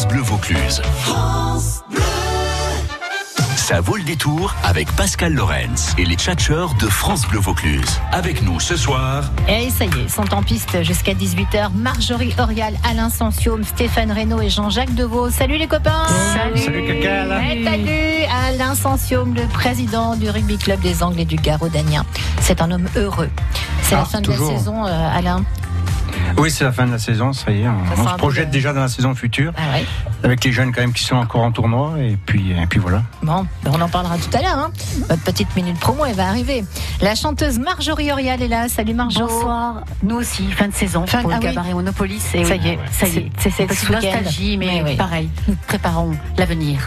France Bleu Vaucluse. France Bleu. Ça vaut le détour avec Pascal Lorenz et les tchatcheurs de France Bleu Vaucluse. Avec nous ce soir. Et ça y est, sont en piste jusqu'à 18h. Marjorie Orial, Alain Sanciaume, Stéphane Reynaud et Jean-Jacques Deveau. Salut les copains. Salut Caca. Salut Alain Sanciaume, le président du rugby club des Anglais du Garaudagnin. C'est un homme heureux. C'est la fin toujours. De la saison, Alain. Oui, c'est la fin de la saison, ça y est. On se projette déjà dans la saison future. Ah ouais. Avec les jeunes quand même qui sont encore en tournoi. Et puis voilà. Bon, on en parlera tout à l'heure. Hein. Votre petite minute promo, elle va arriver. La chanteuse Marjorie Orial est là. Salut Marjo. Bonsoir. Nous aussi, fin de saison pour le cabaret Monopolis. Et ça y est. C'est cette nostalgie, mais pareil. Nous préparons l'avenir.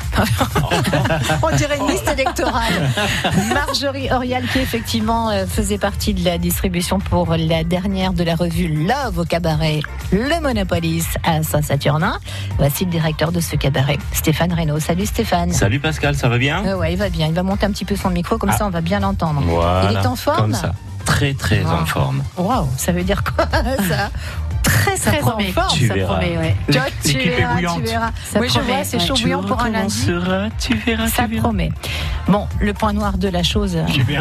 On dirait une liste électorale. Marjorie Orial qui effectivement faisait partie de la distribution pour la dernière de la revue Love au cabaret Le Monopolis à Saint-Saturnin. Voici le directeur de ce cabaret, Stéphane Reynaud. Salut Stéphane. Salut Pascal, ça va bien? Ouais, il va bien. Il va monter un petit peu son micro, comme ça on va bien l'entendre. Voilà, il est en forme? Comme ça. Très en forme. Waouh, ça veut dire quoi ça? Très promet. En forme. Tu verras. Promet, ouais. Tu verras. Oui, je vois, c'est chaud bouillant pour un lundi. Tu verras. Ça promet. Bon, le point noir de la chose. J'ai bien.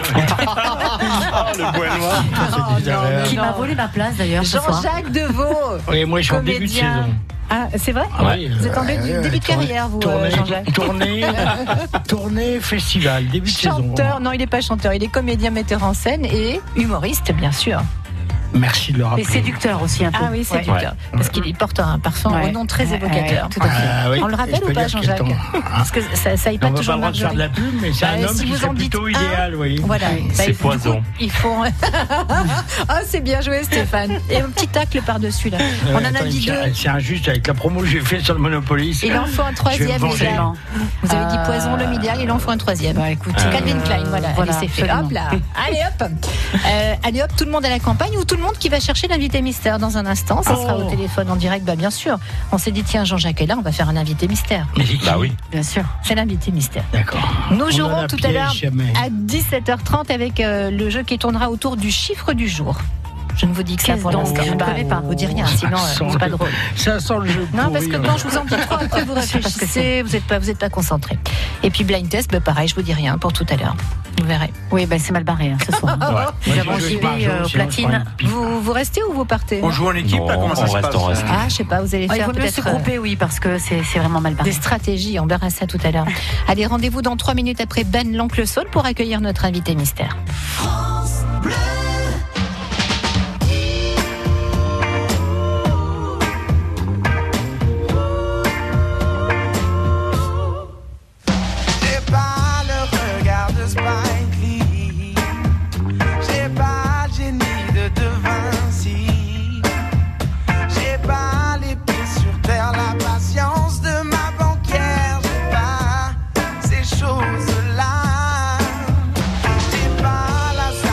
Le point noir. Qui m'a volé ma place d'ailleurs ce soir. Jean-Jacques Deveau. Oui, moi je suis en début de saison. Ah, c'est vrai? Oui, vous êtes en début de carrière, vous, Jean-Jacques. Tournée, festival, début de saison. Chanteur, non, il n'est pas chanteur, il est comédien, metteur en scène et humoriste, bien sûr. Merci de le rappeler. Et séducteur aussi un peu. Ah oui, séducteur. Ouais. Parce qu'il porte un parfum au nom très évocateur. Tout à fait. Oui. On le rappelle ou pas, Jean-Jacques? Parce que ça y On pas va toujours pas le droit de faire de la pub, mais c'est un homme si qui vous serait en dites plutôt idéal, oui. Voilà. C'est poison. Il faut. Ah, c'est bien joué, Stéphane. Et un petit tacle par-dessus, là. On en a dit deux. C'est injuste avec la promo que j'ai faite sur le Monopoly. Il en faut un troisième, les gars. Vous avez dit poison, le média, il en faut un troisième. Bah, écoute, Calvin Klein, voilà, allez, c'est fait. absolument. Hop là. Allez hop, tout le monde à la campagne ou tout le monde qui va chercher l'invité mystère dans un instant. Ça sera au téléphone en direct, bien sûr. On s'est dit, tiens, Jean-Jacques est là, on va faire un invité mystère. Bah oui. Bien sûr. C'est l'invité mystère. D'accord. Nous jouerons tout à l'heure jamais. à 17h30 avec le jeu qui tournera autour du chiffre du jour. Je ne vous dis que ça pour donc, l'instant. je ne connais pas. Vous dites rien, sinon c'est pas drôle. Ça sent le jeu. Non, parce que quand je vous en dis trop, après vous réfléchissez, vous n'êtes pas concentré. Et puis blind test, pareil, je vous dis rien pour tout à l'heure. Vous verrez. Oui, c'est mal barré ce soir. Nous avons JB platine. Vous restez ou vous partez? On joue en équipe, Non, comment ça se passe? on reste. Ah, je sais pas, vous allez Il faire vaut mieux se peut-être grouper, oui, parce que c'est vraiment mal barré. des stratégies, on verra ça tout à l'heure. Allez, rendez-vous dans 3 minutes après Ben l'Oncle Saul pour accueillir notre invité mystère. France Bleu. J'ai pas le regard de Spike Lee. J'ai pas le génie de De Vinci. J'ai pas les pieds sur terre, la patience de ma banquière. J'ai pas ces choses-là. J'ai pas la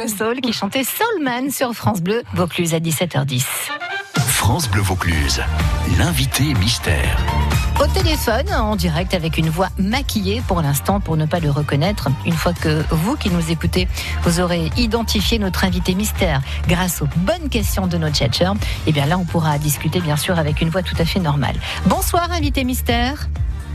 Le Soul qui chantait Soulman sur France Bleu Vaucluse à 17h10. France Bleu Vaucluse, l'invité mystère. Au téléphone, en direct avec une voix maquillée pour l'instant pour ne pas le reconnaître. Une fois que vous qui nous écoutez, vous aurez identifié notre invité mystère grâce aux bonnes questions de nos tchatchers, et bien là on pourra discuter bien sûr avec une voix tout à fait normale. Bonsoir invité mystère.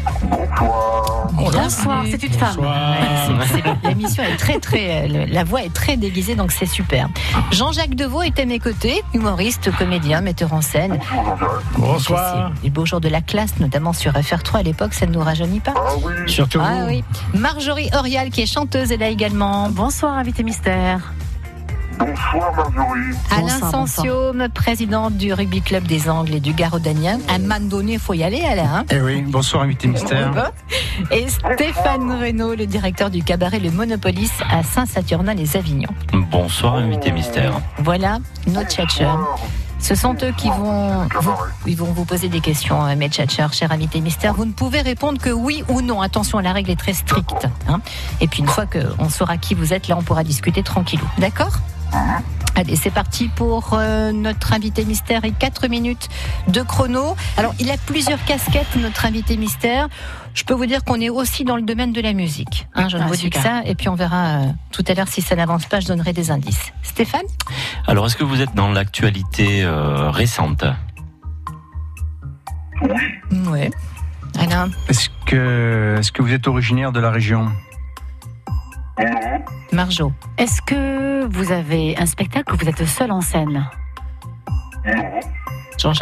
Bonsoir, c'est une femme. L'émission est très, la voix est très déguisée, donc c'est super. Jean-Jacques Deveau est à mes côtés, humoriste, comédien, metteur en scène. Bonsoir. Les beaux jours de la classe, notamment sur FR3 à l'époque, ça ne nous rajeunit pas. Surtout vous. Oui. Marjorie Orial, qui est chanteuse, est là également. Bonsoir, invité mystère. Bonsoir Marjorie. Alain Sanciaume, président du rugby club des Angles et du Garaudagnin. À un moment donné, il faut y aller, Alain. Eh oui, bonsoir invité mystère. Et Stéphane Reynaud, le directeur du cabaret Le Monopolis à Saint-Saturnin-les-Avignon. Bonsoir, invité mystère. Voilà nos tchatchers. Ce sont eux qui vont vous poser des questions, mes tchatchers, chers invités mystères. Vous ne pouvez répondre que oui ou non. Attention, la règle est très stricte. Et puis une fois qu'on saura qui vous êtes, là, on pourra discuter tranquillou. D'accord ? Allez, c'est parti pour notre invité mystère et 4 minutes de chrono. Alors, il a plusieurs casquettes, notre invité mystère. Je peux vous dire qu'on est aussi dans le domaine de la musique. Je ne vous dis que ça. Et puis, on verra tout à l'heure si ça n'avance pas, je donnerai des indices. Stéphane ? Alors, est-ce que vous êtes dans l'actualité récente ? Oui. Alain ? Est-ce que vous êtes originaire de la région ? Marjo. Est-ce que vous avez un spectacle où vous êtes seul en scène ? Jean-Jacques ?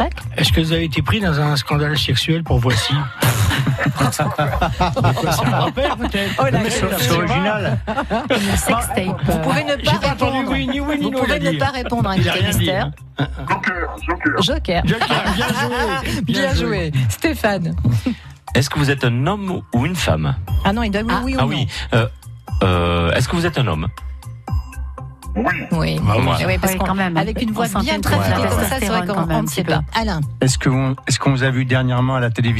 Est-ce que vous avez été pris dans un scandale sexuel pour Voici ? Ça me rappelle peut-être. C'est original. Une sextape. Vous pouvez ne pas J'ai pas entendu répondre. oui, ni oui, ni Vous non. pouvez il a ne dit. pas répondre à Il a invité rien dit, mystère. hein. Joker. Joker. Bien joué. Bien joué. Stéphane. Est-ce que vous êtes un homme ou une femme ? Ah non, il doit oui ou non. oui. Est-ce que vous êtes un homme ? Oui. Bah, ouais. Oui, parce Oui, qu'on- quand même. avec une voix On bien sentait trafiquée la comme ça, c'est vrai testostérone qu'on quand même, on un ne sait petit pas. peu. Alain. Est-ce qu'on vous a vu dernièrement à la télévision ?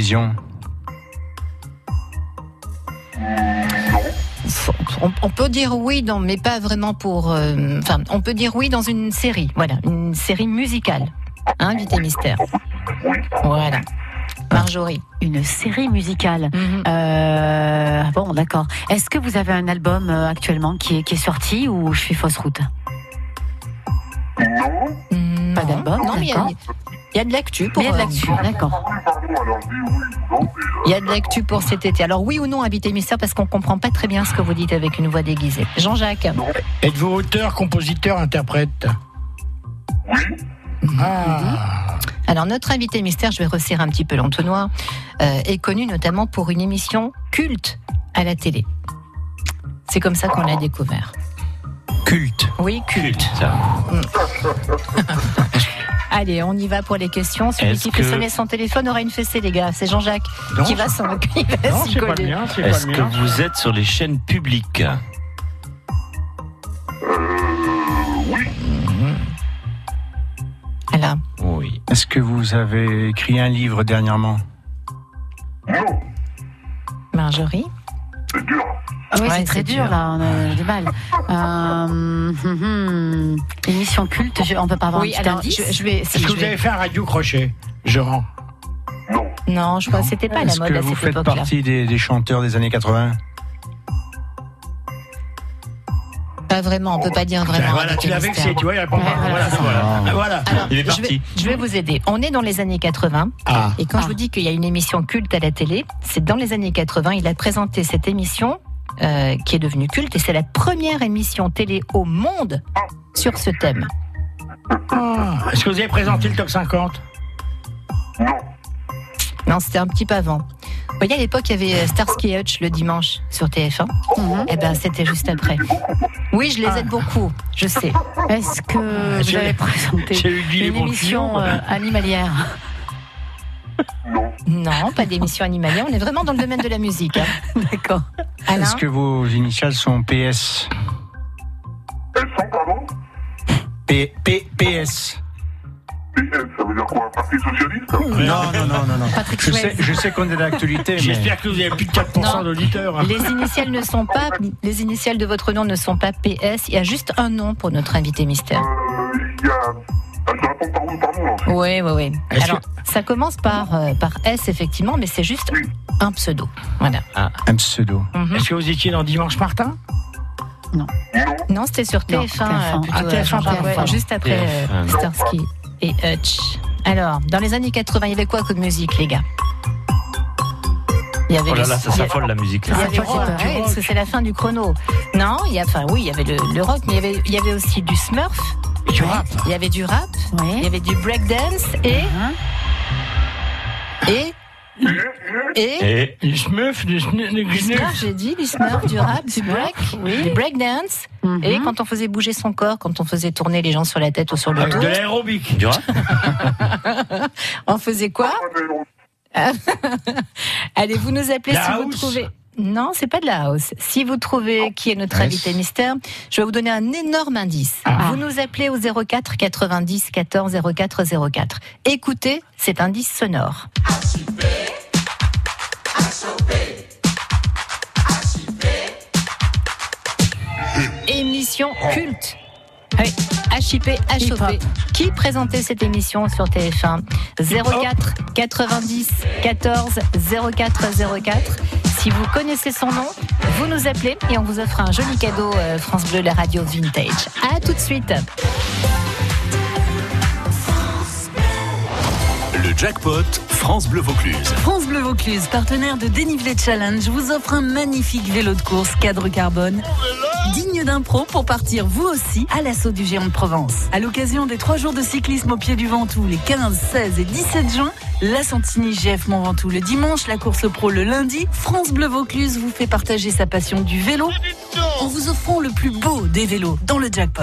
On peut dire oui, mais pas vraiment pour. On peut dire oui dans une série. Voilà, une série musicale. Invité mystère. Voilà. Marjorie. Une série musicale. Bon, d'accord. Est-ce que vous avez un album actuellement qui est sorti ou je suis fausse route ? Pas d'album, Non, mais d'accord. il y a de l'actu pour. Il y a de l'actu, d'accord. Il y a de l'actu pour cet été. Alors oui ou non, invité mystère, parce qu'on comprend pas très bien ce que vous dites avec une voix déguisée. Jean-Jacques. Êtes-vous auteur, compositeur, interprète ? Alors notre invité mystère, je vais resserrer un petit peu l'entonnoir, est connu notamment pour une émission culte à la télé. C'est comme ça qu'on l'a découvert. Culte. Oui, culte. Ça. Allez, on y va pour les questions. Celui Est-ce qui fait que- sonner son téléphone aura une fessée, les gars. C'est Jean-Jacques Non, qui va s'y Non, c'est pas le coller. mien, c'est pas Est-ce le que mien. vous êtes sur les chaînes publiques ? Alain. Oui. Est-ce que vous avez écrit un livre dernièrement ? Marjorie. Ah oui, Ouais, c'est très c'est dur, dur. là, on a du mal. Émission culte, on peut pas avoir un petit alors indice. je vais. Est-ce que vous avez fait un radio crochet ? Je rends. Non, je crois que c'était pas la Est-ce mode que à vous cette faites époque-là. partie des chanteurs des années 80 ? Pas vraiment, on peut pas dire vraiment. Voilà, invité tu l'as mystère. vexé, tu vois, il répond pas. Ouais, Voilà. Voilà. Alors, Il est parti. Je vais vous aider. On est dans les années 80. Ah. Et quand je vous dis qu'il y a une émission culte à la télé, c'est dans les années 80. Il a présenté cette émission qui est devenue culte. Et c'est la première émission télé au monde sur ce thème. Est-ce que vous avez présenté le top 50 ? Non, c'était un petit peu avant. Vous voyez, à l'époque, il y avait Starsky et Hutch le dimanche sur TF1. Eh ben, c'était juste après. Oui, je les aide beaucoup, je sais. Est-ce que vous avez présenté J'ai eu dit les une bons émission clients. animalière ? Non, pas d'émission animalière. On est vraiment dans le domaine de la musique. Hein. D'accord. Alain, Est-ce que vos initiales sont PS ? Elles sont, pardon PS. PS, ça veut dire quoi? Parti socialiste? Non. Patrick Je Swayze. sais qu'on est d'actualité, mais J'espère que vous avez plus de 4% d'auditeurs. Les initiales les initiales de votre nom ne sont pas PS. Il y a juste un nom pour notre invité mystère. Il y a... je vais répondre par nous, en fait. Oui. Est-ce Alors, ça commence par S, effectivement, mais c'est juste un pseudo. Voilà. un pseudo. Est-ce que vous étiez dans Dimanche Martin? Non, c'était sur TF1. TF1. Plutôt, TF1, juste après TF1. Starsky et Hutch. Alors, dans les années 80, il y avait quoi comme musique, les gars? Il y avait Oh là là, ça s'affole la musique. Il y Là. avait rock, parce que c'est la fin du chrono. Non, il y avait le rock, mais il y avait aussi du Smurf. Du rap. Il y avait du rap. Oui. Il y avait du breakdance et Du Smurf, du Smurf, j'ai dit, du Smurf, du rap, du break, du breakdance. Et quand on faisait bouger son corps, quand on faisait tourner les gens sur la tête ou sur le Avec dos, de l'aérobic. Du rap. on faisait quoi? Allez, vous nous appelez La si vous house. trouvez. Non, c'est pas de la house. Si vous trouvez qui est notre invité mystère, je vais vous donner un énorme indice. Vous nous appelez au 04 90 14 04 04. Écoutez cet indice sonore. Émission culte. Oui, HIP, HOP. Qui présentait cette émission sur TF1? 04 90 14 04 04. Si vous connaissez son nom, vous nous appelez et on vous offre un joli cadeau France Bleu, la radio vintage. À tout de suite. Le jackpot France Bleu Vaucluse. France Bleu Vaucluse, partenaire de Dénivelé Challenge, vous offre un magnifique vélo de course cadre carbone, digne d'un pro pour partir vous aussi à l'assaut du géant de Provence. À l'occasion des 3 jours de cyclisme au pied du Ventoux, les 15, 16 et 17 juin, la Santini GF Mont Ventoux le dimanche, la course pro le lundi, France Bleu Vaucluse vous fait partager sa passion du vélo en vous offrant le plus beau des vélos dans le jackpot.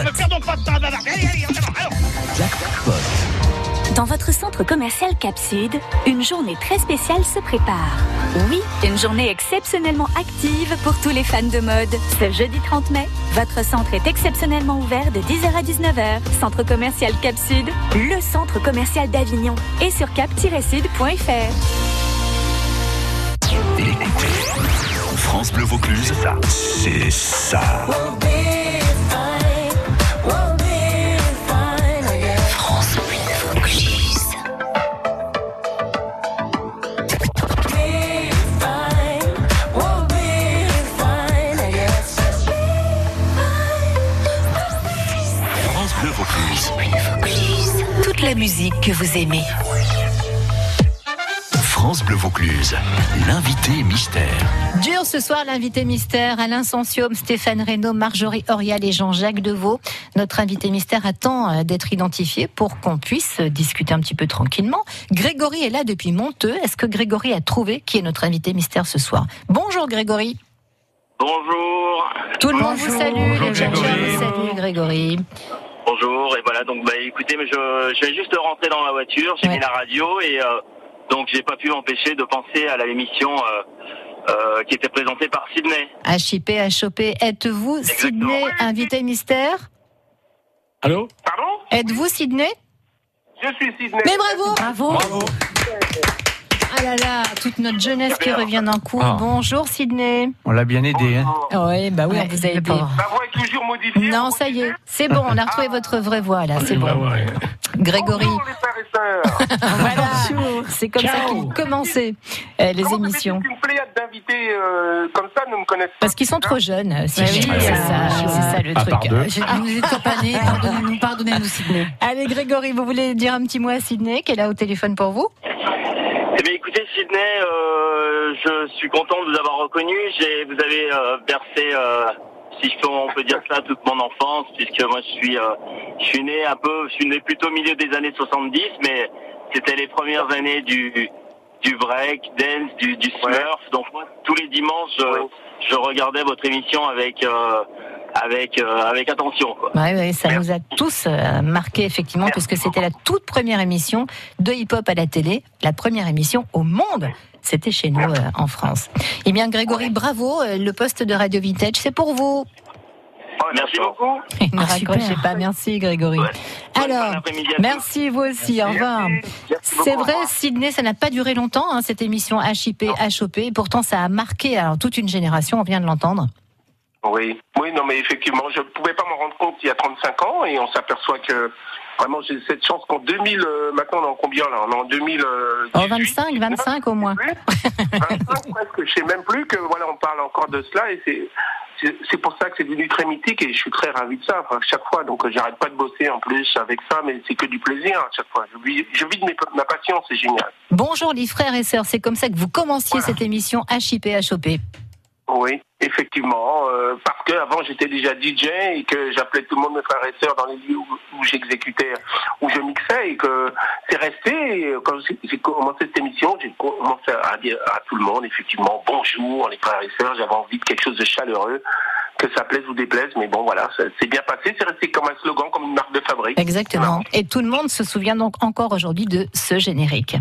Dans votre centre commercial Cap Sud, une journée très spéciale se prépare. Oui, une journée exceptionnellement active pour tous les fans de mode. Ce jeudi 30 mai, votre centre est exceptionnellement ouvert de 10h à 19h. Centre commercial Cap Sud, le centre commercial d'Avignon. Et sur cap-sud.fr. Écoutez, France Bleu Vaucluse, c'est ça. France Bleu Vaucluse. France Bleu Vaucluse. Toute la musique que vous aimez. France Bleu Vaucluse, l'invité mystère. Dur ce soir, l'invité mystère, Alain Sensium, Stéphane Reynaud, Marjorie Orial et Jean-Jacques Deveau. Notre invité mystère attend d'être identifié pour qu'on puisse discuter un petit peu tranquillement. Grégory est là depuis Monteux. Est-ce que Grégory a trouvé qui est notre invité mystère ce soir? Bonjour Grégory. Bonjour. Tout le monde vous salue, Bonjour, les jeunes Grégory. vous saluent Grégory. Bonjour. Et voilà, donc écoutez, mais je vais juste rentrer dans ma voiture, j'ai mis la radio et donc j'ai pas pu m'empêcher de penser à l'émission qui était présentée par Sydney. HIP, HOP, êtes-vous Exactement. Sydney, invité mystère? Allô? Pardon? Êtes-vous Sydney? Je suis Sydney. Mais bravo! Bravo. Ah là là, toute notre jeunesse qui revient d'un coup. Ah. Bonjour Sydney. on l'a bien aidé. Hein. Oui, bah oui, on vous a aidé. Ma voix est toujours modifiée. Non, ça y est, c'est bon, on a retrouvé votre vraie voix là, c'est bon. Ouais. Grégory, Bonjour les frères et sœurs. voilà, c'est comme ça Ciao. qu'il commençait les Comment émissions. Une pléiade d'invités comme ça ne me connaissent pas. Parce qu'ils sont trop jeunes, Sydney, oui, c'est ça le À truc. part deux. Vous n'êtes pas né, pardonnez-nous Sydney. Allez Grégory, vous voulez dire un petit mot à Sydney, qui est là au téléphone pour vous? Eh bien, écoutez, Sydney, je suis content de vous avoir reconnu. Vous avez bercé, si on peut dire ça, toute mon enfance, puisque moi je suis né plutôt au milieu des années 70, mais c'était les premières années du break, dance, du Smurf. Donc moi, tous les dimanches, je regardais votre émission avec attention, quoi. Ouais, ça nous a tous marqué effectivement, puisque c'était la toute première émission de hip-hop à la télé, la première émission au monde. C'était chez nous en France. Eh bien Grégory, bravo, le poste de Radio Vintage, c'est pour vous. Merci beaucoup. Ne raccrochez pas, merci Grégory. Alors, merci vous aussi, au revoir. C'est vrai, Sydney, ça n'a pas duré longtemps, hein, cette émission HIP, HOP. Pourtant, ça a marqué toute une génération, on vient de l'entendre. Oui, non, mais effectivement, je ne pouvais pas m'en rendre compte il y a 35 ans et on s'aperçoit que vraiment j'ai cette chance qu'en 2000, maintenant on est en combien là ? On est en 2000. 25 au moins. 25 presque, je sais même plus que voilà, on parle encore de cela et c'est pour ça que c'est devenu très mythique et je suis très ravi de ça. Enfin, chaque fois, donc j'arrête pas de bosser en plus avec ça, mais c'est que du plaisir à chaque fois. Je vis de ma passion, c'est génial. Bonjour les frères et sœurs, c'est comme ça que vous commenciez cette émission HIP, HOP. Oui, effectivement, parce que avant j'étais déjà DJ et que j'appelais tout le monde mes frères et sœurs dans les lieux où j'exécutais, où je mixais et que c'est resté. Et quand j'ai commencé cette émission, j'ai commencé à dire à tout le monde effectivement bonjour les frères et sœurs. J'avais envie de quelque chose de chaleureux, que ça plaise ou déplaise, mais bon voilà, c'est bien passé. C'est resté comme un slogan, comme une marque de fabrique. Exactement. Et tout le monde se souvient donc encore aujourd'hui de ce générique.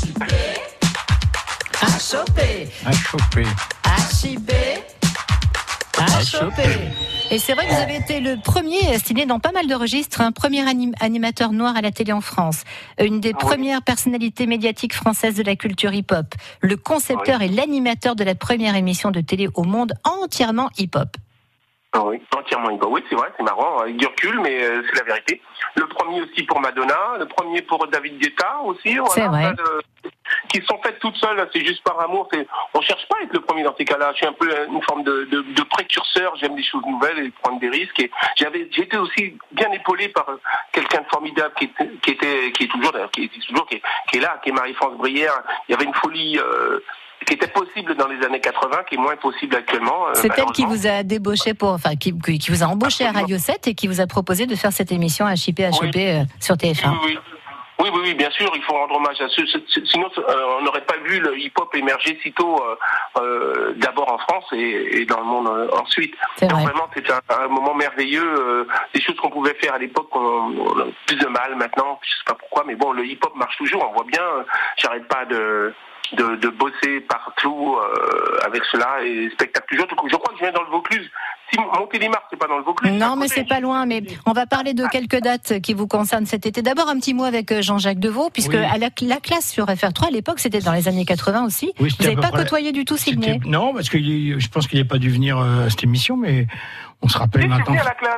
Et c'est vrai que vous avez été le premier Sydney dans pas mal de registres, un premier animateur noir à la télé en France, une des premières personnalités médiatiques françaises de la culture hip-hop, le concepteur et l'animateur de la première émission de télé au monde entièrement hip-hop. Oui, entièrement hip-hop. Oui, c'est vrai, c'est marrant, avec du recul, mais c'est la vérité. Le premier aussi pour Madonna, le premier pour David Guetta aussi. Voilà, c'est vrai. Qui sont faites toutes seules, c'est juste par amour. On cherche pas à être le premier dans ces cas-là. Je suis un peu une forme de précurseur. J'aime des choses nouvelles et prendre des risques. Et j'étais aussi bien épaulé par quelqu'un de formidable qui est toujours là, qui est Marie-France Brière. Il y avait une folie. Qui était possible dans les années 80, qui est moins possible actuellement. C'est elle qui vous a débauché qui vous a embauché à Radio 7 et qui vous a proposé de faire cette émission HIP, HOP sur TF1. Oui, bien sûr, il faut rendre hommage à ceux. Sinon, on n'aurait pas vu le hip-hop émerger si tôt, d'abord en France et dans le monde ensuite. Donc vraiment, c'est un moment merveilleux. Des choses qu'on pouvait faire à l'époque, on a plus de mal maintenant. Je sais pas pourquoi, mais bon, le hip-hop marche toujours. On voit bien. J'arrête pas de bosser partout avec cela et spectacle toujours. Je crois que je viens dans le Vaucluse. Si Montélimar, c'est pas dans le Vaucluse. Non, mais c'est pas loin. Mais on va parler de quelques dates qui vous concernent cet été. D'abord, un petit mot avec Jean-Jacques Deveau, puisque à la classe sur FR3, à l'époque, c'était dans les années 80 aussi. Oui, vous n'avez pas côtoyé du tout Sydney ? Non, parce que je pense qu'il n'est pas dû venir à cette émission, mais on se rappelle maintenant. À la classe.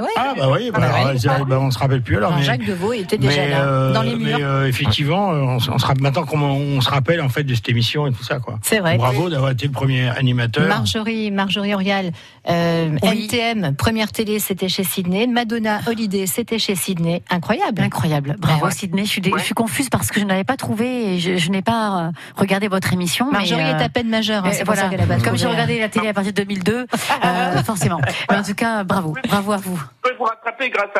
On se rappelle plus alors. Jean-Jacques Deveau était déjà là, dans les murs. Mais effectivement, maintenant on se rappelle en fait de cette émission et tout ça quoi. C'est vrai. Bravo d'avoir été le premier animateur. Marjorie Orial, NTM, première télé, c'était chez Sydney. Madonna Holiday, c'était chez Sydney. Incroyable. Bravo Sydney. Je suis confuse parce que je n'avais pas trouvé et je n'ai pas regardé votre émission. Marjorie est à peine majeure. C'est pour ça qu'elle a pas comme j'ai regardé la télé à partir de 2002, forcément. Mais en tout cas, bravo à vous. Je peux vous rattraper grâce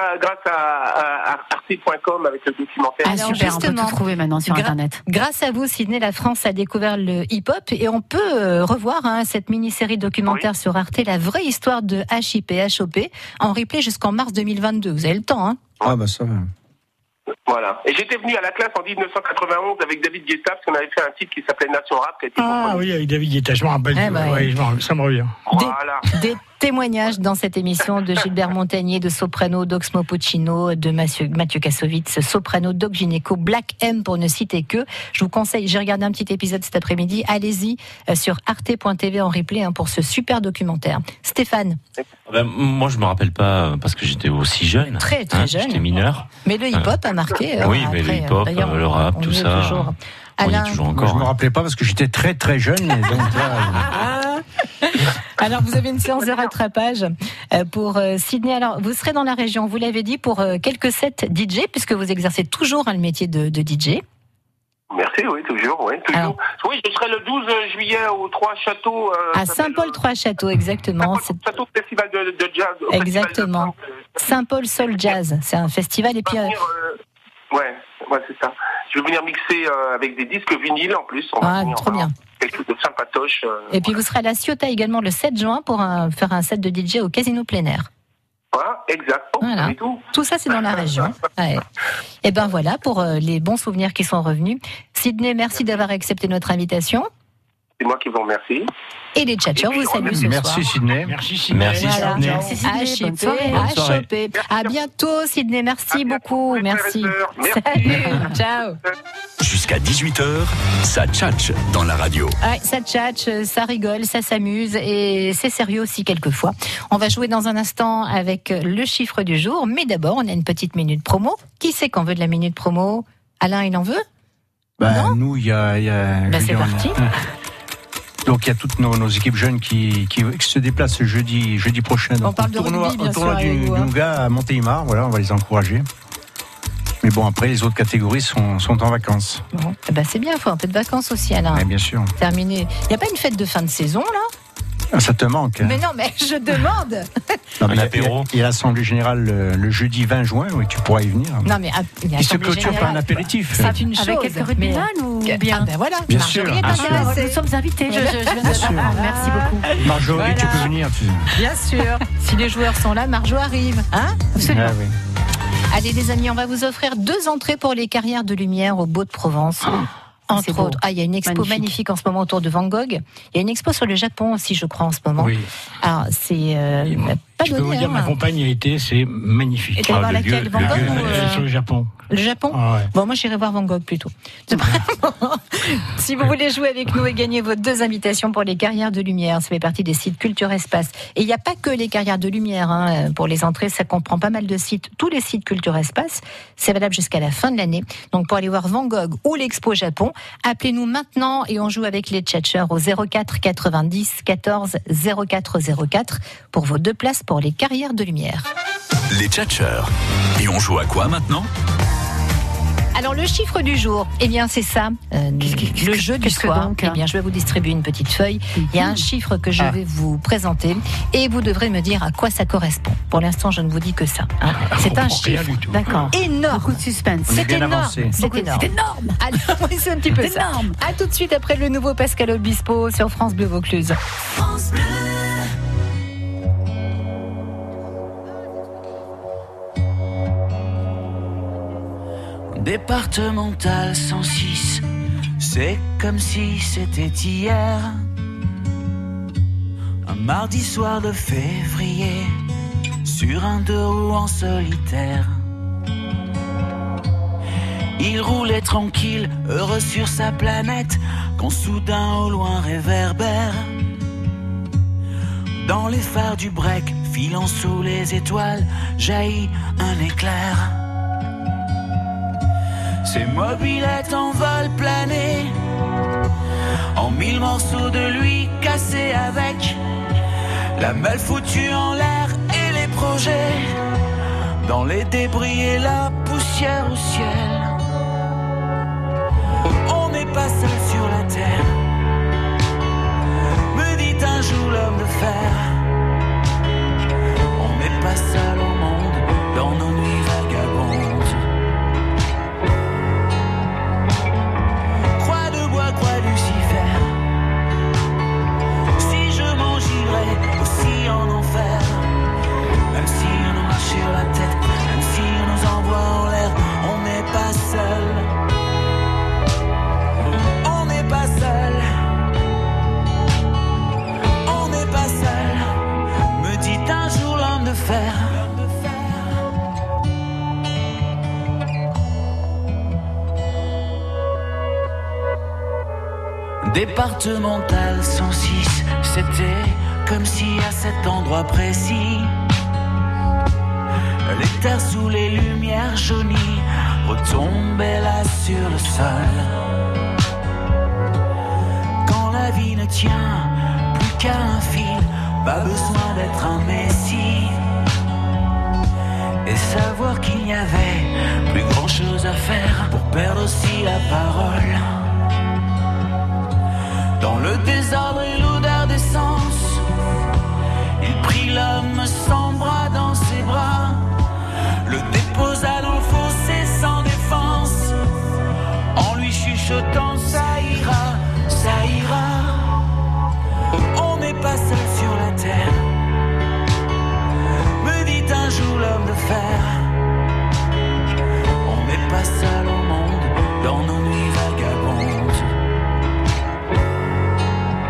à arte.com avec le documentaire. Ah super, on peut tout trouver maintenant sur Internet. Grâce à vous, Sydney, la France a découvert le hip-hop et on peut revoir cette mini-série documentaire sur Arte, la vraie histoire de HIP, HOP, en replay jusqu'en mars 2022. Vous avez le temps, hein ? Ah bah ça va. Voilà. Et j'étais venu à la classe en 1991 avec David Guetta parce qu'on avait fait un titre qui s'appelait Nation Rap. Qui a été oui, avec David Guetta, je me rappelle. Ça me revient. Voilà. Des témoignages dans cette émission de Gilbert Montagnier, de Soprano, d'Oxmo Puccino, de Mathieu Kassovitz, Soprano, Doc Gynéco, Black M pour ne citer que. Je vous conseille, j'ai regardé un petit épisode cet après-midi, allez-y sur arte.tv en replay pour ce super documentaire. Stéphane. Moi je me rappelle pas parce que j'étais aussi jeune. Très jeune. J'étais mineur. Mais le hip-hop a marqué. Oui, mais le hip-hop, le rap, tout ça. On y est toujours encore. Moi, je me rappelais pas parce que j'étais très jeune. Donc là, Alors, vous avez une séance de rattrapage pour Sydney. Alors, vous serez dans la région, vous l'avez dit, pour quelques sets DJ, puisque vous exercez toujours le métier de DJ. Merci, oui, toujours. Alors, oui, je serai le 12 juillet au Trois Châteaux. À Saint-Paul-Trois-Châteaux, exactement. Château Festival de Jazz. Exactement. Saint-Paul Soul Jazz, c'est un festival. Et puis. Ouais, c'est ça. Je vais venir mixer avec des disques vinyles en plus. Trop bien. Quelque chose de sympatoche. Et puis vous serez à la Ciotat également le 7 juin pour faire un set de DJ au Casino Plein Air. Voilà, exact. Voilà. Tout ça, c'est dans la région. Ouais. Et ben voilà pour les bons souvenirs qui sont revenus. Sydney, merci d'avoir accepté notre invitation. C'est moi qui vous remercie. Et les tchatcheurs vous saluent ce soir. Merci Sydney. Merci Sydney. Merci Voilà. Sydney. Merci Sydney, bonne soirée. À choper. À bientôt Sydney, merci beaucoup. Merci. Salut, ciao. Jusqu'à 18h, ça tchatche dans la radio. Ouais, ça tchatche, ça rigole, ça s'amuse et c'est sérieux aussi quelquefois. On va jouer dans un instant avec le chiffre du jour, mais d'abord on a une petite minute promo. Qui c'est qu'on veut de la minute promo? Alain, il en veut? Non, nous, il y a c'est parti. Donc il y a toutes nos équipes jeunes qui se déplacent jeudi prochain. On parle de tournoi, rugby, bien tournoi sûr, avec du vous, hein. Nougat à Montélimar. Voilà, on va les encourager. Mais bon, après, les autres catégories sont en vacances. Bon, eh ben c'est bien, il faut un peu de vacances aussi, Alain. Mais bien sûr. Terminé. Il n'y a pas une fête de fin de saison, là? Ah, ça te manque. Mais non, mais je demande. Non, mais Un apéro. il y a l'Assemblée Générale le jeudi 20 juin, oui, tu pourras y venir. Non, mais il y a Qui se Assemblée clôture par un Générale. apéritif. C'est une chose. Avec quelques rugbyman ou bien Ah ben voilà, Bien Marjorie sûr. est Bien sûr. intéressée. Nous sommes invités, je viens Bien de sûr. Merci beaucoup. Marjorie, Voilà. tu peux venir. Bien sûr. Si les joueurs sont là, Marjo arrive. Hein? Absolument. Ah, oui. Allez les amis, on va vous offrir 2 entrées pour les carrières de lumière au Beau de Provence. Entre c'est beau. autres. Ah, il y a une expo magnifique en ce moment autour de Van Gogh. Il y a une expo sur le Japon aussi, je crois, en ce moment. Oui. Alors, c'est pas Je peux vous donné. dire, ma compagne a été, c'est magnifique. Et tu vas voir laquelle, Van Gogh ou, Sur le Japon. Le Japon? Ah ouais. Bon, moi j'irai voir Van Gogh plutôt. Vraiment. Si vous voulez jouer avec nous et gagner vos 2 invitations pour les carrières de lumière, ça fait partie des sites Culture Espace. Et il n'y a pas que les carrières de lumière hein, pour les entrées, ça comprend pas mal de sites. Tous les sites Culture Espace, c'est valable jusqu'à la fin de l'année. Donc pour aller voir Van Gogh ou l'Expo Japon, appelez-nous maintenant et on joue avec les tchatcheurs au 04 90 14 04 04 pour vos 2 places pour les carrières de lumière. Les tchatcheurs. Et on joue à quoi maintenant? Alors le chiffre du jour, eh bien c'est ça, le jeu du soir. Donc, eh bien je vais vous distribuer une petite feuille. Il y a un chiffre que je vais vous présenter et vous devrez me dire à quoi ça correspond. Pour l'instant, je ne vous dis que ça. Hein. C'est un chiffre. D'accord. Énorme. Beaucoup de suspense. C'est énorme. C'est énorme. C'est énorme. Alors, oui, c'est un petit peu ça. Énorme. À tout de suite après le nouveau Pascal Obispo sur France Bleu Vaucluse. France Bleu. Départemental 106, c'est comme si c'était hier. Un mardi soir de février, sur un 2 roues en solitaire. Il roulait tranquille, heureux sur sa planète, quand soudain au loin réverbère. Dans les phares du break, filant sous les étoiles, jaillit un éclair. Ses mobylettes en vol plané, en 1000 morceaux de lui cassés avec la malle foutue en l'air et les projets dans les débris et la poussière au ciel. On n'est pas seul sur la terre, me dit un jour l'homme de fer. On n'est pas seul au monde dans nos nuits vagabondes. Croix Lucifer, si je m'en girais aussi en enfer, même si on nous marche sur la tête, même si on nous envoie en l'air, on n'est pas seul, on n'est pas seul, on n'est pas seul, me dit un jour l'homme de fer. Départemental 106, c'était comme si à cet endroit précis, les terres sous les lumières jaunies retombaient là sur le sol. Quand la vie ne tient plus qu'à un fil, pas besoin d'être un messie, et savoir qu'il n'y avait plus grand chose à faire pour perdre aussi la parole. Dans le désordre et l'odeur d'essence, il prit l'homme sans bras dans ses bras, le déposa dans le fossé sans défense, en lui chuchotant ça ira, ça ira. On n'est pas seul sur la terre, me dit un jour l'homme de fer. On n'est pas seul au monde dans nos nuits vagabondes.